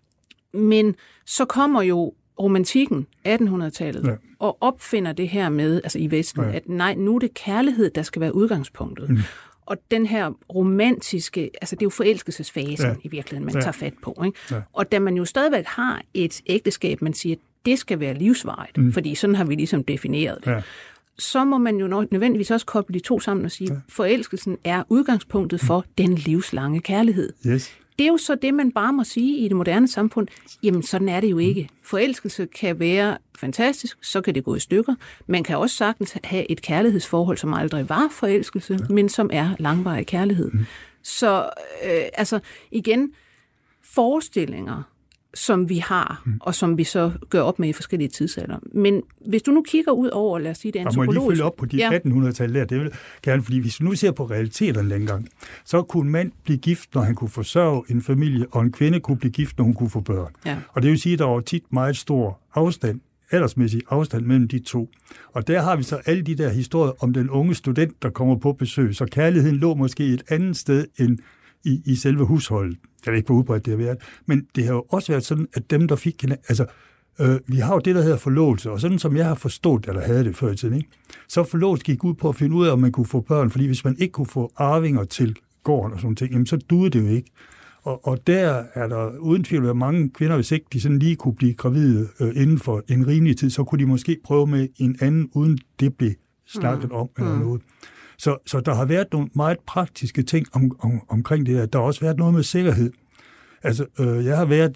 Men så kommer jo romantikken, 1800-tallet, og opfinder det her med, altså i Vesten, at nej, nu er det kærlighed, der skal være udgangspunktet. Og den her romantiske, altså det er jo forelskelsesfasen i virkeligheden, man tager fat på, ikke? Ja. Og da man jo stadigvæk har et ægteskab, man siger, det skal være livsvarigt, fordi sådan har vi ligesom defineret det. Ja. Så må man jo nødvendigvis også koble de to sammen og sige, forelskelsen er udgangspunktet for den livslange kærlighed. Yes. Det er jo så det, man bare må sige i det moderne samfund. Jamen, sådan er det jo ikke. Forelskelse kan være fantastisk, så kan det gå i stykker. Man kan også sagtens have et kærlighedsforhold, som aldrig var forelskelse, men som er langvarig kærlighed. Så altså igen, forestillinger, som vi har, og som vi så gør op med i forskellige tidsalder. Men hvis du nu kigger ud over, lad os sige det antropologisk... Der må jeg lige følge op på de 1800-tal der, det vil gerne, fordi hvis vi nu ser på realiteterne dengang, så kunne en mand blive gift, når han kunne forsørge en familie, og en kvinde kunne blive gift, når hun kunne få børn. Ja. Og det vil sige, at der var tit meget stor afstand, aldersmæssig afstand mellem de to. Og der har vi så alle de der historier om den unge student, der kommer på besøg, så kærligheden lå måske et andet sted end i selve husholdet. Jeg ved ikke, hvor udbredt det har været. Men det har jo også været sådan, at dem, der fik... Altså, vi har jo det, der hedder forlovelse, og sådan som jeg har forstået, eller havde det før i tiden, ikke? Så forlovelse gik ud på at finde ud af, om man kunne få børn, fordi hvis man ikke kunne få arvinger til gården og sådan ting, jamen, så duede det jo ikke. Og der er der uden tvivl været mange kvinder, hvis ikke de sådan lige kunne blive gravide inden for en rimelig tid, så kunne de måske prøve med en anden, uden det blev snakket om eller noget. Så der har været nogle meget praktiske ting omkring det her. Der har også været noget med sikkerhed. Altså, jeg har været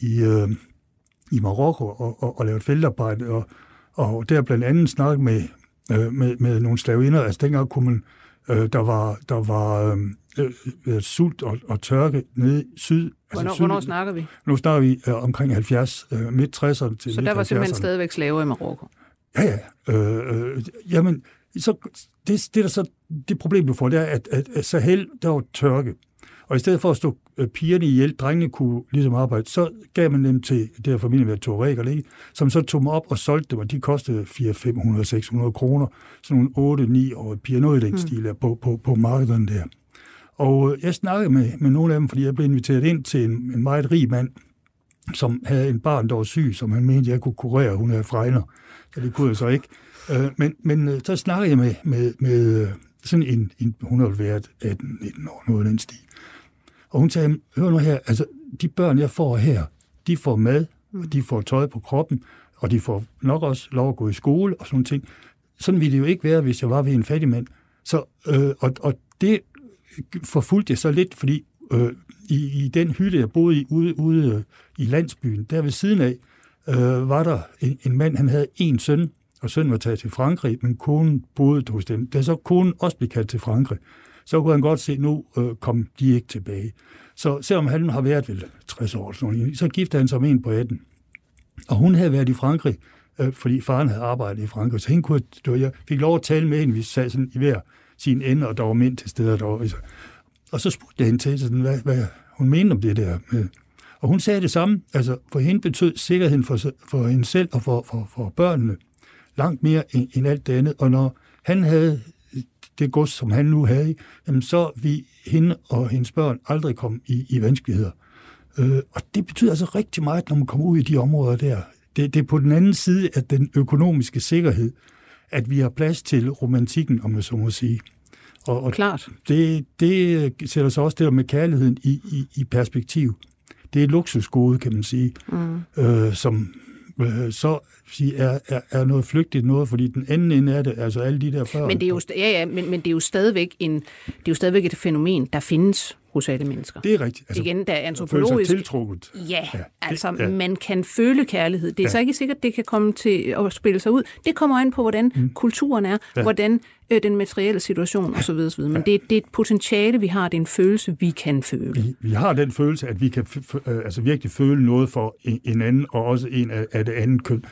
i Marokko og lavet feltarbejde, og der blandt andet snakket med nogle slavinder. Altså, dengang kunne man, der var sult og tørke nede i syd. Hvornår snakker vi? Nu snakker vi omkring 70, midt-60'erne til så der var simpelthen stadigvæk slaver i Marokko? Ja. Jamen, så det der så det problem, du får, det er, at Sahel, der var tørke. Og i stedet for at stå pigerne ihjel, drengene kunne ligesom arbejde, så gav man dem til det her familie med Tuareger, som så tog dem op og solgte dem, og de kostede 400-500-600 kroner. Sådan nogle 8-9-årige piger, noget i den stil der, på markederne der. Og jeg snakkede med nogle af dem, fordi jeg blev inviteret ind til en meget rig mand, som havde en barn, der var syg, som han mente, jeg kunne kurere. Hun havde fregner, så det kunne jeg så ikke. Men så snakkede jeg med sådan en hun har været 18-19 år, noget af den stil. Og hun sagde, hør nu her, altså de børn, jeg får her, de får mad, og de får tøj på kroppen, og de får nok også lov at gå i skole og sådan nogle ting. Sådan ville det jo ikke være, hvis jeg var ved en fattig mand. Så, og det forfulgte jeg så lidt, fordi i den hytte, jeg boede i, ude i landsbyen, der ved siden af, var der en mand, han havde en søn, og sønnen var taget til Frankrig, men konen boede hos dem. Da så konen også blev kaldt til Frankrig, så kunne han godt se, nu kom de ikke tilbage. Så selvom han har været vel 60 år, så giftede han sig med en på 18. Og hun havde været i Frankrig, fordi faren havde arbejdet i Frankrig. Så jeg fik lov at tale med hende, vi sad sådan i hver sin ende, og der var mænd til steder. Og så spurgte jeg hende til, sådan, hvad hun mente om det der. Og hun sagde det samme. Altså, for hende betød sikkerheden for hende selv og for børnene langt mere end alt det andet. Og når han havde det gods, som han nu havde, jamen så ville hende og hendes børn aldrig komme i vanskeligheder. Og det betyder altså rigtig meget, når man kommer ud i de områder der. Det er på den anden side af den økonomiske sikkerhed, at vi har plads til romantikken, om man så må sige. Og klart. Det sætter sig også der med kærligheden i perspektiv. Det er et luksusgode, kan man sige, som så er noget flygtigt noget, fordi den anden ende er det, altså alle de der børn. Men det er jo, men det er jo stadigvæk et fænomen, der findes hos alle mennesker. Det er rigtigt. Altså, igen, der er antropologisk. Tiltrukket. Man kan føle kærlighed. Det er så ikke sikkert, det kan komme til at spille sig ud. Det kommer an på, hvordan kulturen er, hvordan den materielle situation osv. Men det er et potentiale, vi har. Det er en følelse, vi kan føle. Vi har den følelse, at vi kan virkelig føle noget for en anden, og også en af det andet køn,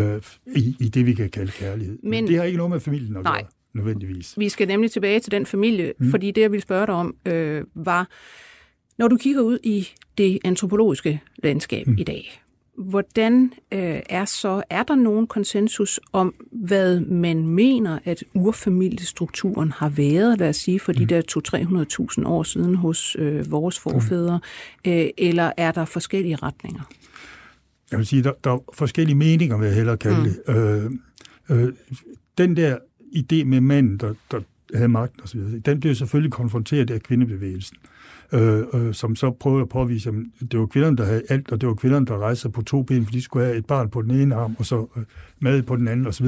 i det, vi kan kalde kærlighed. Men det har ikke noget med familien at gøre. Nødvendigvis. Vi skal nemlig tilbage til den familie, fordi det, jeg ville spørge dig om, var, når du kigger ud i det antropologiske landskab i dag, hvordan er der nogen konsensus om, hvad man mener, at urfamiliestrukturen har været, lad os sige, for de der 200-300.000 år siden hos vores forfædre, eller er der forskellige retninger? Jeg vil sige, der er forskellige meninger, vil jeg hellere kalde det. Den der idé med manden, der havde magten osv., den blev selvfølgelig konfronteret af kvindebevægelsen, som så prøvede at påvise, at det var kvinderne, der havde alt, og det var kvinderne, der rejste sig på 2 ben, for de skulle have et barn på den ene arm, og så mad på den anden, osv.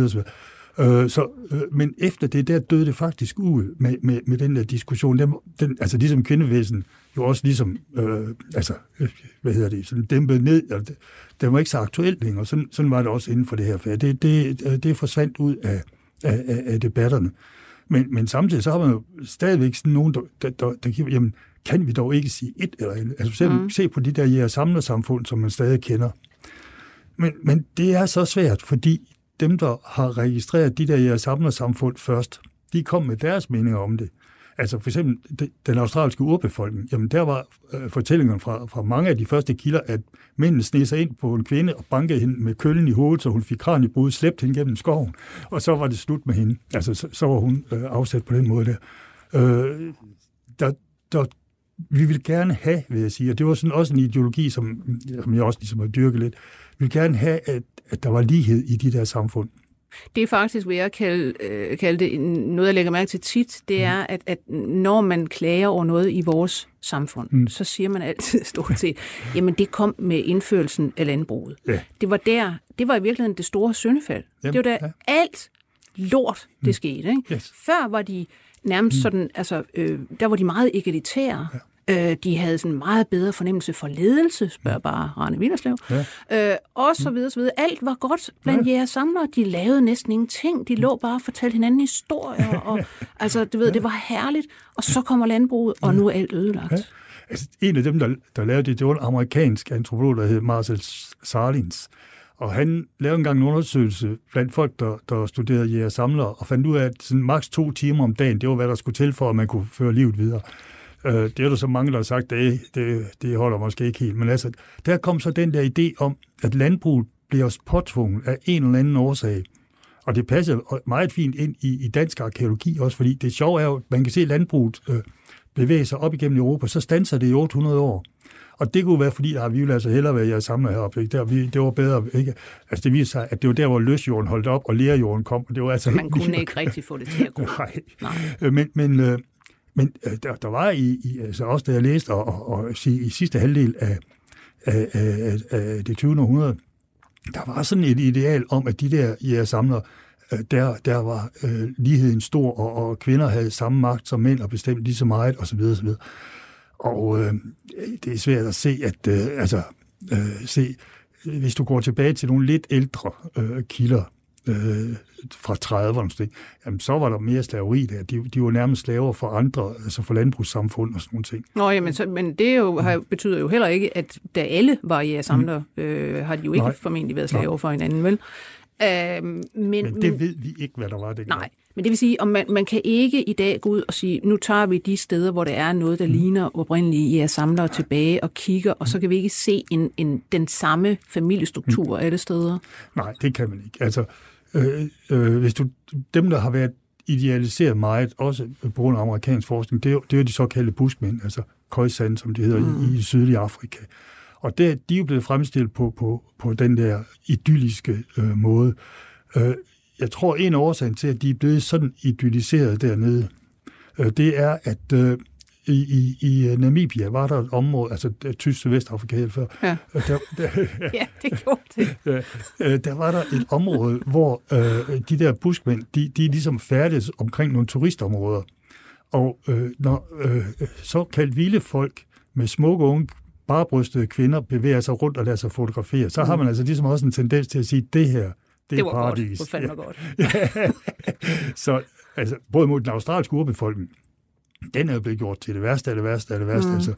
Men efter det, der døde det faktisk ud med den der diskussion. Altså ligesom kvindebevægelsen jo også ligesom, sådan dæmpet ned. Altså, det var ikke så aktuelt længere. Sådan var det også inden for det her fag. Det forsvandt ud af debatterne. Men samtidig så har man jo stadigvæk sådan nogen, der giver, jamen, kan vi dog ikke sige et eller andet? Altså se på de der jægersamlersamfund, som man stadig kender. Men det er så svært, fordi dem, der har registreret de der jægersamlersamfund først, de kom med deres meninger om det. Altså for eksempel den australske urbefolkning, jamen der var fortællingen fra mange af de første kilder, at mændene sneg sig ind på en kvinde og bankede hende med køllen i hovedet, så hun fik kraniebrud, slæbte hende gennem skoven, og så var det slut med hende. Altså så var hun afsat på den måde der. Vi vil gerne have, vil jeg sige, og det var sådan også en ideologi, som jeg også ligesom har dyrket lidt, vi vil gerne have, at der var lighed i de der samfund. Det er faktisk, vil jeg kalde det, noget jeg lægger mærke til tit, det er, at når man klager over noget i vores samfund, så siger man altid stort set, jamen det kom med indførelsen af landbruget. Ja. Det var i virkeligheden det store syndefald. Jamen, det var der alt lort, det skete. Ikke? Yes. Før var de nærmest sådan, altså, der var de meget egalitære. Ja. De havde sådan meget bedre fornemmelse for ledelse, spørger bare Rane Willerslev. Ja. Og så videre, så videre. Alt var godt blandt jægersamlere. De lavede næsten ingenting. De lå bare og fortalte hinanden historier. Og, altså, du ved, det var herligt. Og så kommer landbruget, og nu er alt ødelagt. Ja. Altså, en af dem, der lavede det var en amerikansk antropolog, der hed Marcel Sarlins. Og han lavede engang en undersøgelse blandt folk, der studerede jægersamlere, og fandt ud af, at sådan maks 2 timer om dagen, det var, hvad der skulle til for, at man kunne føre livet videre. Det er der så mange, der har sagt, det holder måske ikke helt. Men altså, der kom så den der idé om, at landbruget bliver os påtvunget af en eller anden årsag. Og det passer meget fint ind i dansk arkæologi også, fordi det sjove er jo, at man kan se landbruget bevæge sig op igennem Europa, så standser det i 800 år. Og det kunne være, fordi vi ville altså hellere være jeg samler heroppe. Det var bedre, ikke? Altså det viser sig, at det var der, hvor løsjorden holdt op, og lerjorden kom. Og det var altså man kunne ikke rigtig få det til at gå. Nej. Men der var altså også, da jeg læste, og i sidste halvdel af det 20. århundrede, der var sådan et ideal om, at de der jægersamlere, der var ligheden stor, og kvinder havde samme magt som mænd, og bestemt lige så meget, osv. osv. Og det er svært at se, hvis du går tilbage til nogle lidt ældre kilder fra 30'erne, jamen, så var der mere slaveri der. De var nærmest slaver for andre, altså for landbrugssamfund og sådan nogle ting. Nå, jamen, men det jo, betyder jo heller ikke, at da alle var jægersamlere, har de jo ikke formentlig været slaver for hinanden, vel? Men det ved vi ikke, hvad der var dengang. Nej, men det vil sige, at man kan ikke i dag gå ud og sige, nu tager vi de steder, hvor der er noget, der ligner oprindelige jægersamlere tilbage og kigger, og så kan vi ikke se den samme familiestruktur alle steder. Nej, det kan man ikke. Altså, hvis dem, der har været idealiseret meget, også på grund af amerikansk forskning, det er jo de såkaldte buskmænd, altså Khoisan, som det hedder i sydlige Afrika. Og de er jo blevet fremstillet på den der idylliske måde. Jeg tror, en af årsagen til, at de er blevet sådan idylliseret dernede, det er, at i Namibia var der et område, altså tysk Vestafrika helt før. Ja, ja det gjorde det. Der var der et område, hvor de der buskmænd, de ligesom færdes omkring nogle turistområder. Og når såkaldt vilde folk med smukke unge, barebrystede kvinder bevæger sig rundt og lader sig fotografere, så har man altså ligesom også en tendens til at sige, det her, det er paradis. Det var godt. Så altså, både mod den australske urbefolkning, den er jo blevet gjort til det værste af det værste af det værste. Altså,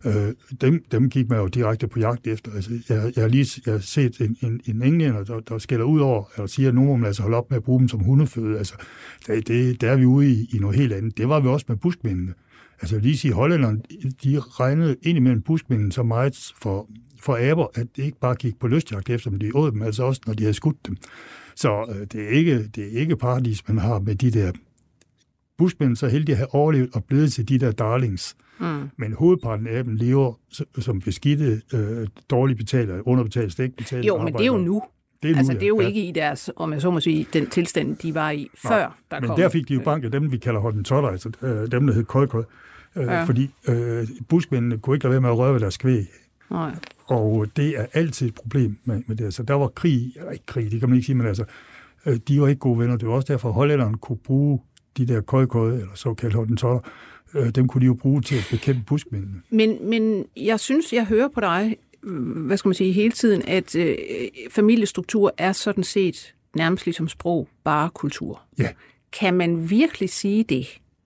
dem gik man jo direkte på jagt efter. Altså, jeg har set en englænder, der skælder ud over, eller siger, at nu må man altså holde op med at bruge dem som hundeføde. Altså, der er vi ude i noget helt andet. Det var vi også med buskmændene. Altså lige sige, hollænderne, de regnede indimellem buskmændene så meget for aber, at det ikke bare gik på lystjagt efter dem, de åd dem, altså også når de havde skudt dem. Så det er ikke paradis, man har med de der buskmænd, så heldige at have overlevet og blevet til de der darlings. Men hovedparten af dem lever som beskidte, dårligt betalte, underbetalte, stækbetalte. Jo, men det er jo nu. Det er jo ikke i deres, om jeg så må sige, den tilstand, de var i før, der kom. Men der fik de jo bank af dem, vi kalder hottentotter, altså dem, der hed Khoikhoi. Fordi buskmændene kunne ikke lade være med at røre ved deres kvæg. Nej. Og det er altid et problem med det. Så der var krig, det kan man ikke sige, men altså, de var ikke gode venner. Det var også derfor, at hollænderne kunne bruge de der Khoikhoi, eller såkaldt hottentotter, dem kunne de jo bruge til at bekæmpe buskmændene. Men jeg synes, jeg hører på dig, hvad skal man sige, hele tiden, at familiestruktur er sådan set nærmest ligesom sprog, bare kultur. Ja. Kan man virkelig sige det?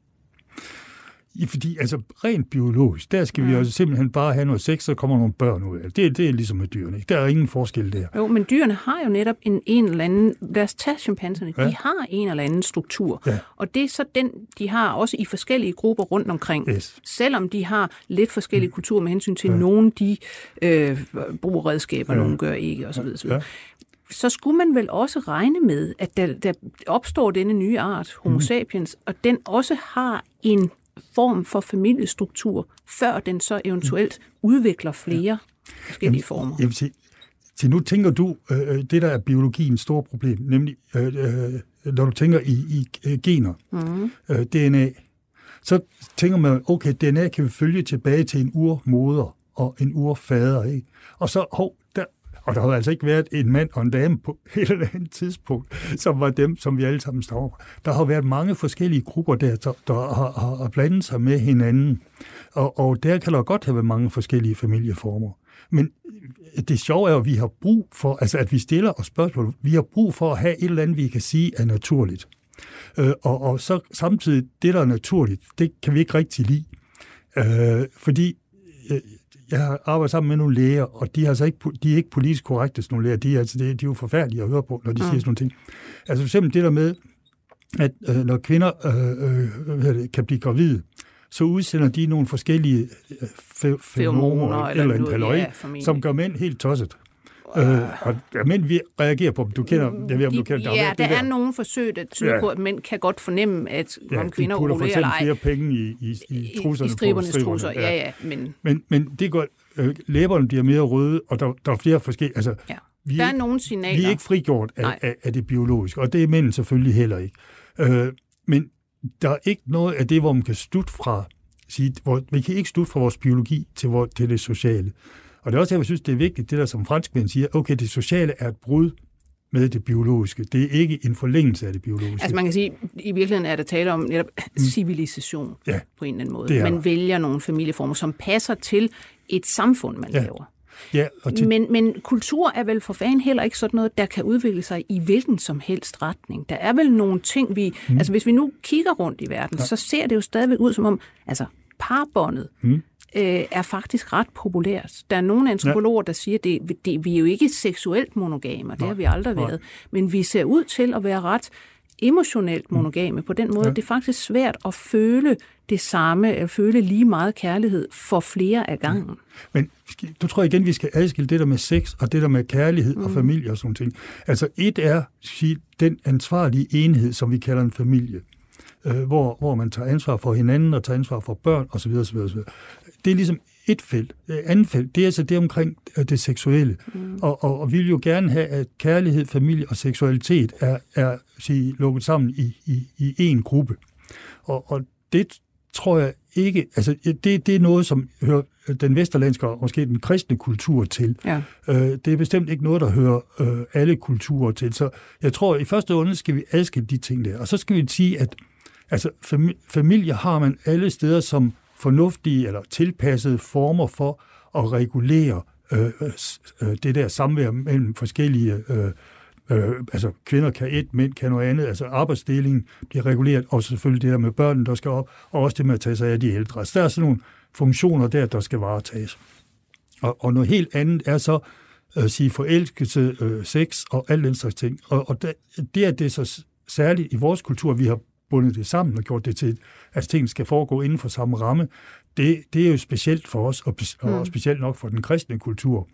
Ja, fordi altså rent biologisk, der skal vi jo simpelthen bare have noget sex, så kommer nogle børn ud af det. Det er ligesom med dyrene, ikke? Der er ingen forskel der. Jo, men dyrene har jo netop en eller anden, lad os tage chimpanserne, de har en eller anden struktur. Ja. Og det er så den, de har også i forskellige grupper rundt omkring. Yes. Selvom de har lidt forskellige kulturer med hensyn til nogen, de bruger redskaber, nogen gør ikke, osv. Ja. Så skulle man vel også regne med, at der opstår denne nye art, Homo sapiens, og den også har en form for familiestruktur, før den så eventuelt udvikler flere forskellige former. Jeg vil sige, nu tænker du, det der er biologiens store problem, nemlig når du tænker i gener, DNA, så tænker man, okay, DNA kan vi følge tilbage til en urmoder og en urfader, ikke? Og så, og der har altså ikke været en mand og en dame på et eller andet tidspunkt, som var dem, som vi alle sammen stammer på. Der har været mange forskellige grupper der har blandet sig med hinanden, og der kan der godt have været mange forskellige familieformer. Men det sjove er, at vi har brug for, altså at vi stiller os spørgsmål, vi har brug for at have et eller andet, vi kan sige er naturligt. Og så samtidig, det der er naturligt, det kan vi ikke rigtig lide. Fordi jeg har arbejdet sammen med nogle læger, og de er ikke politisk korrekte, nogle læger. De er jo forfærdelige at høre på, når de siger sådan nogle ting. Altså for eksempel det der med, at når kvinder kan blive gravide, så udsender de nogle forskellige feromoner eller en halløj, som gør mænd helt tosset. Og mænd reagerer på dem. Du kender, jeg ved, om du kender det. Der er nogle forsøg, der tyder på, at mænd kan godt fornemme, at om kvinder ruller eller ej. De putter flere penge i trusserne. I stribernes trusser, Men det går, læberne bliver mere røde, og der er flere forskellige. Altså, der er nogle signaler. Vi er ikke frigjort af det biologiske, og det er mænd selvfølgelig heller ikke. Men der er ikke noget af det, hvor man kan slutte fra, vi kan ikke slutte fra vores biologi til det sociale. Og det er også, jeg synes, det er vigtigt, det der som franskmænd siger, okay, det sociale er et brud med det biologiske. Det er ikke en forlængelse af det biologiske. Altså man kan sige, i virkeligheden er der tale om netop civilisation på en eller anden måde. Man vælger nogle familieformer, som passer til et samfund, man laver. Ja, men kultur er vel for fanden heller ikke sådan noget, der kan udvikle sig i hvilken som helst retning. Der er vel nogle ting, altså hvis vi nu kigger rundt i verden, så ser det jo stadigvæk ud som om, altså parbåndet er faktisk ret populært. Der er nogle antropologer, der siger, at vi er jo ikke seksuelt monogamer, det har vi aldrig været, men vi ser ud til at være ret emotionelt monogame på den måde. Det er faktisk svært at føle det samme, at føle lige meget kærlighed for flere af gangen. Men du tror igen, vi skal adskille det der med sex og det der med kærlighed og familie og sådan ting. Altså et er den ansvarlige enhed, som vi kalder en familie, hvor man tager ansvar for hinanden og tager ansvar for børn osv. osv. Det er ligesom et felt. Andet felt, det er altså det omkring det seksuelle. Og vi vil jo gerne have, at kærlighed, familie og seksualitet er lukket sammen i en gruppe. Og det tror jeg ikke, altså det er noget, som hører den vesterlandske og måske den kristne kultur til. Ja. Det er bestemt ikke noget, der hører alle kulturer til. Så jeg tror, i første runde skal vi adskille de ting der. Og så skal vi sige, at altså, familie har man alle steder som fornuftige eller tilpassede former for at regulere det der samvær mellem forskellige altså kvinder kan et, mænd kan noget andet, altså arbejdsdelingen bliver reguleret, og selvfølgelig det der med børnene, der skal op, og også det med at tage sig af de ældre. Så der er sådan nogle funktioner der skal varetages. Og noget helt andet er så sige forelskelse, sex og alt den slags ting. Og det er det så særligt i vores kultur, vi har bundet det sammen og gjort det til, at tingene skal foregå inden for samme ramme. Det er jo specielt for os, og specielt nok for den kristne kultur.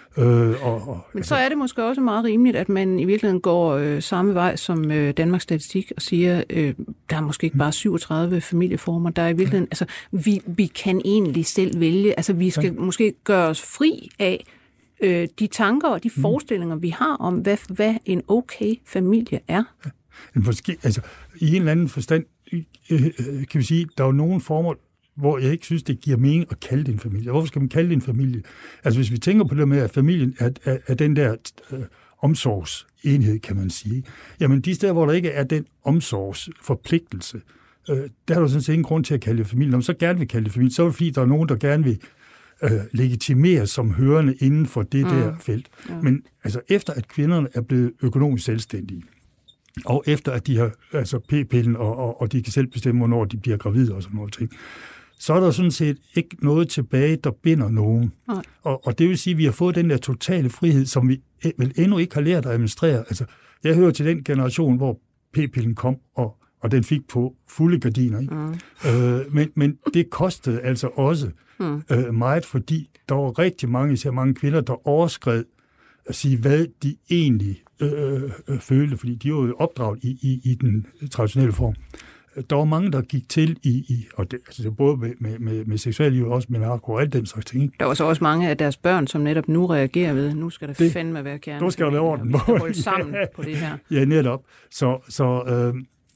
Men så er det måske også meget rimeligt, at man i virkeligheden går samme vej som Danmarks Statistik og siger, der er måske ikke bare 37 familieformer, der er i virkeligheden, altså vi kan egentlig selv vælge, altså vi skal måske gøre os fri af de tanker og de forestillinger, vi har om, hvad en okay familie er. Måske, altså i en eller anden forstand, kan vi sige, der er jo nogle former, hvor jeg ikke synes, det giver mening at kalde det en familie. Hvorfor skal man kalde det en familie? Altså hvis vi tænker på det med, at familien er den der omsorgsenhed, kan man sige. Jamen de steder, hvor der ikke er den omsorgsforpligtelse, der er der sådan set ingen grund til at kalde det familie. Når man så gerne vil kalde det familie, så er det fordi, der er nogen, der gerne vil legitimeres som hørende inden for det der felt. Ja. Men altså efter at kvinderne er blevet økonomisk selvstændige, og efter at de har altså p-pillen, og de kan selv bestemme, hvornår de bliver gravide og sådan noget ting, så er der sådan set ikke noget tilbage, der binder nogen. Og det vil sige, at vi har fået den der totale frihed, som vi vel endnu ikke har lært at administrere. Altså, jeg hører til den generation, hvor p-pillen kom, og den fik på fulde gardiner. Ikke? Men det kostede altså også meget, fordi der var rigtig mange, især mange kvinder, der overskred at sige, hvad de egentlig følte, fordi de var jo opdraget i den traditionelle form. Der var mange, der gik til og det, altså både med seksualliv og også med narko og alt den slags ting. Ikke? Der var så også mange af deres børn, som netop nu reagerer ved, nu skal der fandme være kerne. Nu skal der være orden. Vi skal holde sammen på det her. Ja, netop. Så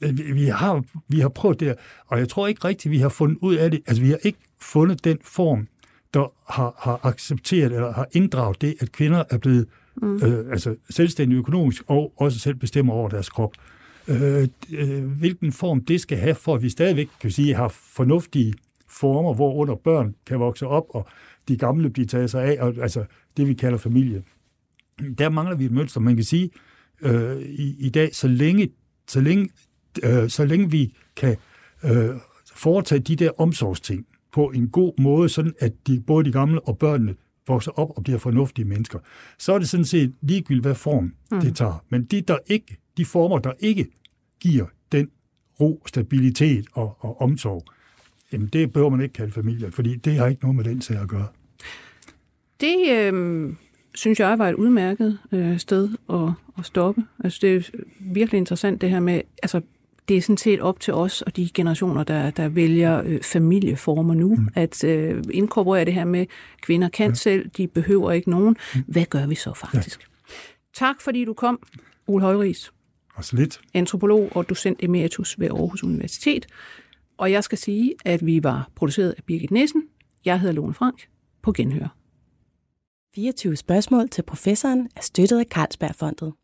vi har prøvet det her, og jeg tror ikke rigtigt, vi har fundet ud af det. Altså, vi har ikke fundet den form, der har accepteret eller har inddraget det, at kvinder er blevet altså selvstændige økonomisk og også selv bestemmer over deres krop. Hvilken form det skal have, for at vi stadigvæk kan sige, har fornuftige former, hvor under børn kan vokse op, og de gamle bliver taget sig af, og, altså det vi kalder familie. Der mangler vi et mønster, man kan sige, i dag, så længe vi kan foretage de der omsorgsting, på en god måde, sådan at både de gamle og børnene vokser op og bliver fornuftige mennesker, så er det sådan set ligegyldigt, hvad form det tager. Men de former, der ikke giver den ro, stabilitet og omsorg, jamen det behøver man ikke kalde familie, fordi det har ikke noget med den sag at gøre. Det synes jeg var et udmærket sted at stoppe. Altså det er virkelig interessant det her med, altså det er sådan set op til os og de generationer, der vælger familieformer nu, at inkorporere det her med, kvinder kan selv, de behøver ikke nogen. Hvad gør vi så faktisk? Ja. Tak fordi du kom, Ole Højriis. Også lidt. Antropolog og docent emeritus ved Aarhus Universitet. Og jeg skal sige, at vi var produceret af Birgit Nissen. Jeg hedder Lone Frank. På genhør. 24 spørgsmål til professoren er støttet af Carlsbergfondet.